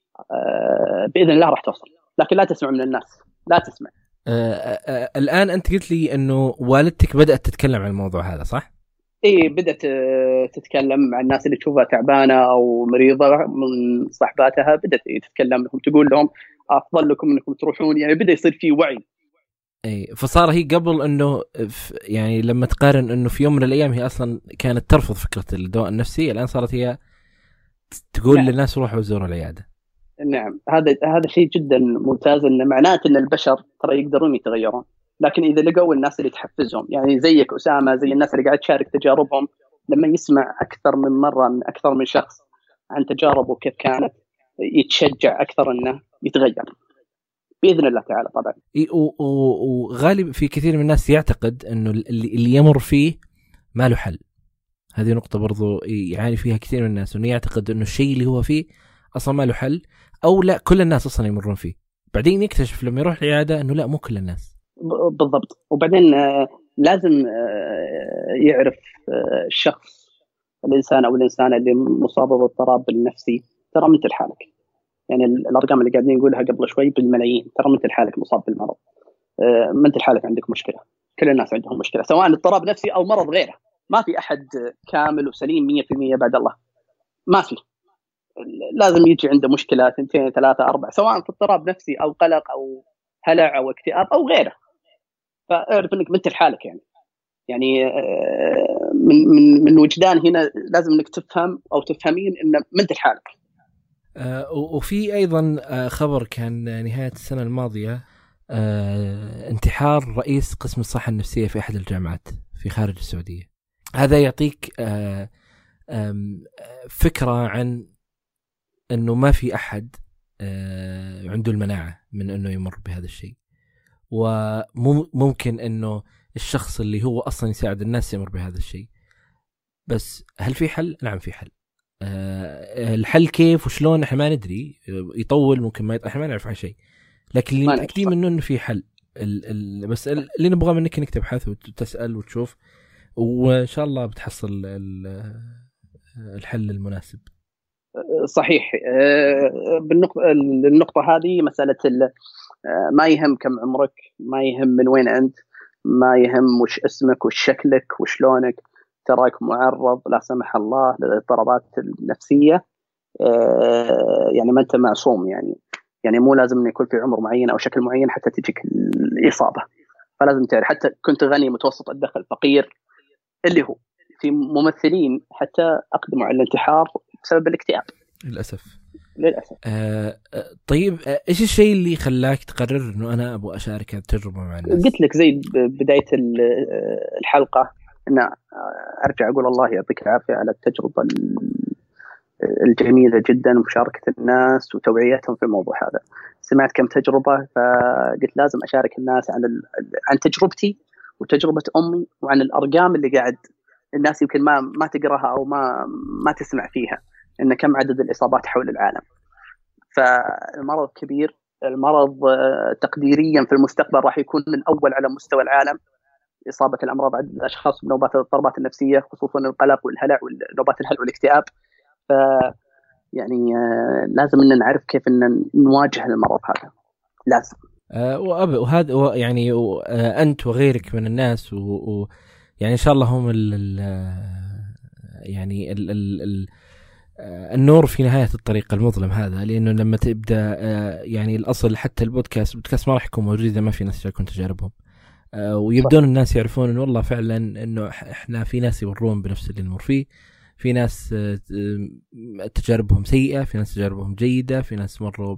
باذن الله راح توصل. لكن لا تسمع من الناس، لا تسمع. آه آه الان انت قلت لي انه والدتك بدات تتكلم عن الموضوع هذا صح؟ ايه بدات تتكلم مع الناس اللي تشوفها تعبانه او مريضه من صحباتها، بدات تتكلم لهم تقول لهم افضل لكم انكم تروحون، يعني بدا يصير في وعي. اي فصار هي قبل انه يعني لما تقارن انه في يوم من الايام هي اصلا كانت ترفض فكره الدواء النفسي، الان صارت هي تقول نعم. للناس روحوا زوروا العياده. نعم هذا هذا شيء جدا ممتاز، انه معناته ان البشر ترى يقدرون يتغيرون، لكن اذا لقوا الناس اللي تحفزهم، يعني زيك اسامه، زي الناس اللي قاعد تشارك تجاربهم، لما يسمع اكثر من مره من اكثر من شخص عن تجاربه كيف كانت، يتشجع اكثر انه يتغير باذن الله تعالى. طبعا وغالب في كثير من الناس يعتقد انه اللي يمر فيه ما له حل. هذه نقطه برضو يعاني فيها كثير من الناس، انه يعتقد انه الشيء اللي هو فيه اصلا ما له حل، او لا كل الناس اصلا يمرون فيه، بعدين يكتشف لما يروح العياده انه لا مو كل الناس. بالضبط. وبعدين لازم يعرف الشخص الانسان او الانسانه اللي مصابه باضطراب النفسي ترى مثل حالك، يعني الارقام اللي قاعدين نقولها قبل شوي بالملايين، ترى مثل حالك مصاب بالمرض، مثل حالك عندك مشكله، كل الناس عندهم مشكله سواء اضطراب نفسي او مرض غيره، ما في احد كامل وسليم مية بالمية بعد الله، ما في، لازم يجي عنده مشكله اثنتين ثلاثه اربعه، سواء في اضطراب نفسي او قلق او هلع او اكتئاب او غيره، فاعرف انك مثل حالك. يعني يعني من من من وجدان هنا لازم انك تفهم او تفهمين ان مثل حالك. آه وفي ايضا آه خبر كان نهايه السنه الماضيه، آه انتحار رئيس قسم الصحه النفسيه في احد الجامعات في خارج السعوديه. هذا يعطيك آه فكره عن انه ما في احد آه عنده المناعه من انه يمر بهذا الشيء، وممكن انه الشخص اللي هو اصلا يساعد الناس يمر بهذا الشيء. بس هل في حل؟ نعم في حل. أه الحل كيف وشلون احنا ما ندري، يطول ممكن ما يطول، احنا ما نعرف عن شيء، لكن اللي متاكدين منه انه في حل. ال ال بس اللي نبغى منك انك تبحث وتسال وتشوف، وان شاء الله بتحصل الحل المناسب. صحيح. بالنقطه النقطه هذه مساله ما يهم كم عمرك، ما يهم من وين انت، ما يهم وش اسمك وش شكلك وش لونك، تراك معرض لا سمح الله للاضطرابات النفسية. يعني ما أنت معصوم، يعني يعني مو لازم أن يكون في عمر معين أو شكل معين حتى تجيك الإصابة، فلازم تعرف حتى كنت غني متوسط الدخل فقير، اللي هو في ممثلين حتى أقدموا على الانتحار بسبب الاكتئاب للأسف. للأسف. آه طيب إيش الشيء اللي خلاك تقرر إنه أنا أبغى أشارك التجربة مع الناس؟ قلت لك زي بداية الحلقة أن أرجع أقول الله يعطيك العافية على التجربة الجميلة جدا ومشاركة الناس وتوعيتهم في الموضوع هذا. سمعت كم تجربة فقلت لازم أشارك الناس عن عن تجربتي وتجربة أمي وعن الأرقام اللي قاعد الناس يمكن ما ما تقراها أو ما ما تسمع فيها، إن كم عدد الإصابات حول العالم. فالمرض كبير، المرض تقديريا في المستقبل راح يكون الأول على مستوى العالم، إصابة الأمراض عدد الأشخاص بنوبات الاضطرابات النفسية، خصوصا القلق والهلع ونوبات الهلع والاكتئاب. ف يعني لازم إن نعرف كيف إن نواجه المرض هذا، لازم. أه وهذا يعني آه أنت وغيرك من الناس، و يعني إن شاء الله هم ال ال يعني ال ال ال النور في نهاية الطريق المظلم هذا، لأنه لما تبدأ آه يعني الأصل حتى البودكاست البودكاست ما راح يكون موجود إذا ما في ناس يشاركون تجاربهم، آه ويبدون الناس يعرفون إنه والله فعلا إنه إحنا في ناس يمرون بنفس اللي نمر فيه، في ناس تجاربهم سيئة، في ناس تجاربهم جيدة، في ناس مروا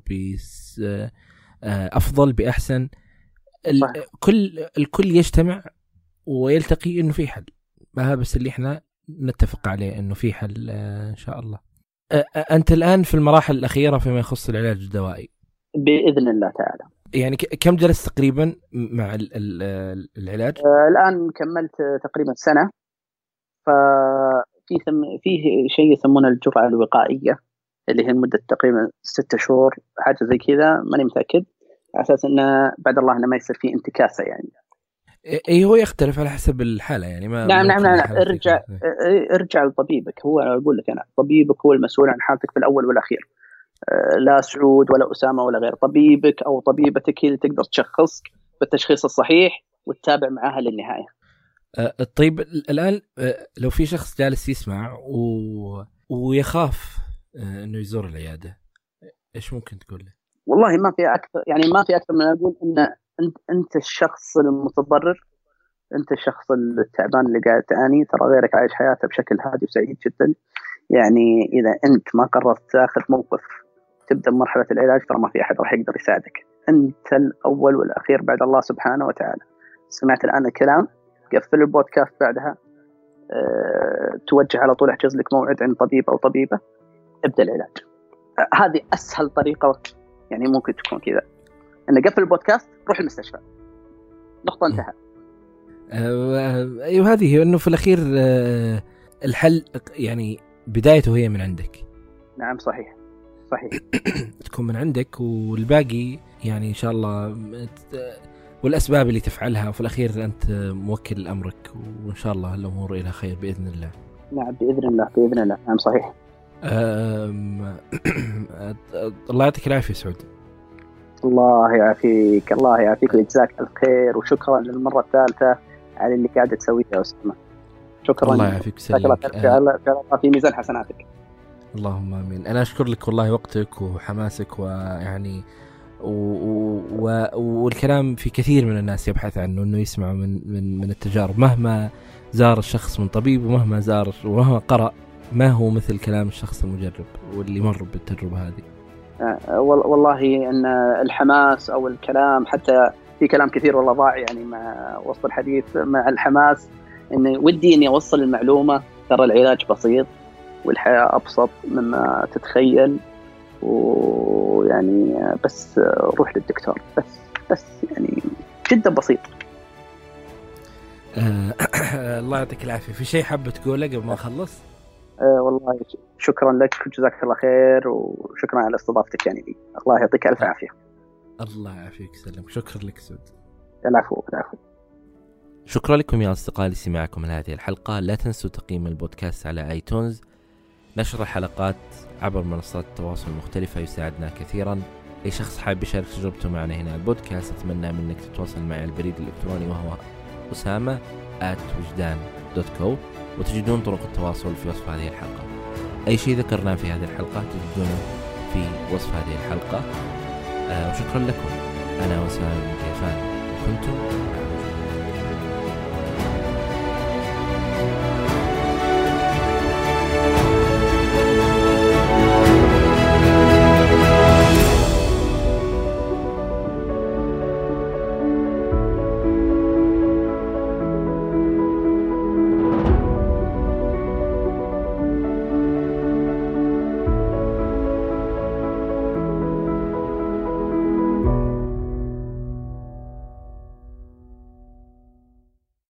بأفضل بأحسن. الكل الكل يجتمع ويلتقي إنه في حل، ما بس اللي إحنا نتفق عليه إنه في حل إن شاء الله. أنت الآن في المراحل الأخيرة فيما يخص العلاج الدوائي بإذن الله تعالى. يعني كم جلست تقريبا مع ال ال العلاج؟ آه الآن كملت تقريبا سنة. ففي ثم فيه شيء يسمونه الجرعة الوقائية اللي هي مدة تقريبا ستة شهور حاجة زي كذا، ماني متأكد، على أساس إنه بعد الله إنه ما يصير فيه انتكاسة يعني. اي هو يختلف على حسب الحالة يعني. ما نعم نعم نعم ارجع ارجع لطبيبك، هو أقول لك أنا طبيبك هو المسؤول عن حالتك في الأول والأخير. لا سعود ولا أسامة ولا غير، طبيبك أو طبيبتك هي اللي تقدر تشخصك بالتشخيص الصحيح وتتابع معها للنهاية. طيب الآن لو في شخص جالس يسمع و... ويخاف إنه يزور العيادة، إيش ممكن تقول له؟ والله ما في أكثر، يعني ما في أكثر من أقول إن أنت أنت الشخص المتضرر، أنت الشخص التعبان اللي قاعد تعاني، ترى غيرك عايش حياته بشكل هادي وسعيد جدا. يعني إذا أنت ما قررت تأخذ موقف تبدأ مرحلة العلاج، ترى ما في أحد راح يقدر يساعدك، أنت الأول والأخير بعد الله سبحانه وتعالى. سمعت الآن الكلام، قفل البودكاست بعدها، أه، توجه على طول، احجز لك موعد عند طبيب أو طبيبة، ابدأ العلاج. أه، هذه أسهل طريقة يعني ممكن تكون كذا، إن قفل البودكاست روح المستشفى، نقطة انتهى. أيوة هذه، إنه في الأخير أه الحل يعني بدايته هي من عندك. نعم صحيح صحيح. تكون من عندك والباقي يعني إن شاء الله، والأسباب اللي تفعلها، وفي الأخير أنت موكل أمرك، وإن شاء الله الأمور إلى خير بإذن الله. نعم بإذن الله بإذن الله. نعم صحيح. الله يعطيك العافية سعود. الله يعافيك الله يعافيك ويجزاك الخير، وشكرا للمرة الثالثة على اللي قاعدة تسويه يا أسامة. شكرا. الله يعافيك ويسلمك. أه في ميزان حسناتك. اللهم آمين. أنا أشكر لك والله وقتك وحماسك، ويعني و... و... والكلام في كثير من الناس يبحث عنه، إنه يسمع من من من التجارب، مهما زار الشخص من طبيب ومهما زار ومهما قرأ، ما هو مثل كلام الشخص المجرب واللي مر بالتجربة هذه. أه والله أن الحماس أو الكلام، حتى في كلام كثير والله ضاع يعني مع وسط الحديث مع الحماس، إني ودي إني أوصل المعلومة، ترى العلاج بسيط والحياة أبسط مما تتخيل، ويعني بس روح للدكتور، بس بس يعني جدا بسيط. آه الله يعطيك العافية. في شيء حابة تقوله قبل ما أخلص؟ آه والله شكرا لك وجزاك الله خير، وشكرا على استضافتك يعني لي. الله يعطيك ألف عافية. الله يعافيك سلام. شكرا لك سعود. العفو العفو. شكرا لكم يا أصدقائي لسماعكم لهذه الحلقة. لا تنسوا تقييم البودكاست على آيتونز. نشر الحلقات عبر منصات التواصل المختلفة يساعدنا كثيرا. أي شخص حاب يشارك تجربته معنا هنا البودكاست، أتمنى منك تتواصل معي على البريد الإلكتروني وهو أسامة آت وجدان دوت كو، وتجدون طرق التواصل في وصف هذه الحلقة. أي شيء ذكرناه في هذه الحلقة تجدونه في وصف هذه الحلقة. آه وشكرا لكم. أنا وسام كيفان، وكنتم